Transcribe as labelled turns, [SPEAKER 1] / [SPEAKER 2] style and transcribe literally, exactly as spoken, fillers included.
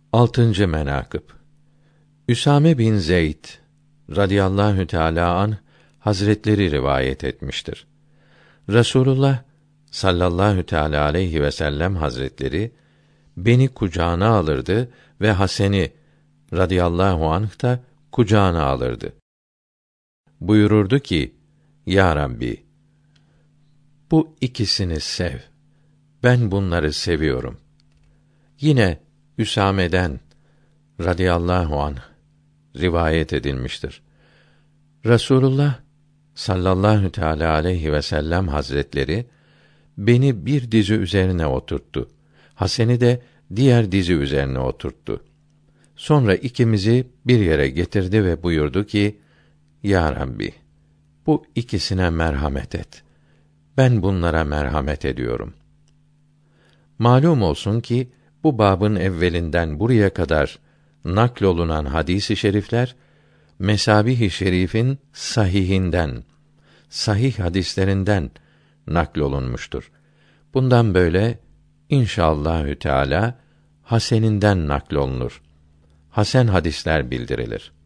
[SPEAKER 1] Altıncı menakıb. Üsame bin Zeyd radıyallahu teâlâ anh hazretleri rivayet etmiştir. Resulullah sallallahu teâlâ aleyhi ve sellem hazretleri beni kucağına alırdı ve Hasen'i radıyallahu anh da kucağına alırdı. Buyururdu ki: Ya Rabbi, bu ikisini sev. Ben bunları seviyorum. Yine Üsame'den radıyallahu anh rivayet edilmiştir. Resulullah sallallahu teâlâ aleyhi ve sellem hazretleri beni bir dizi üzerine oturttu. Hasen'i de diğer dizi üzerine oturttu. Sonra ikimizi bir yere getirdi ve buyurdu ki: Ya Rabbi, bu ikisine merhamet et. Ben bunlara merhamet ediyorum. Malum olsun ki bu babın evvelinden buraya kadar naklolunan hadis-i şerifler Mesâbih-i Şerif'in sahihinden, sahih hadislerinden naklolunmuştur. Bundan böyle inşallahü teâlâ Hasen'inden naklolunur. Hasen hadisler bildirilir.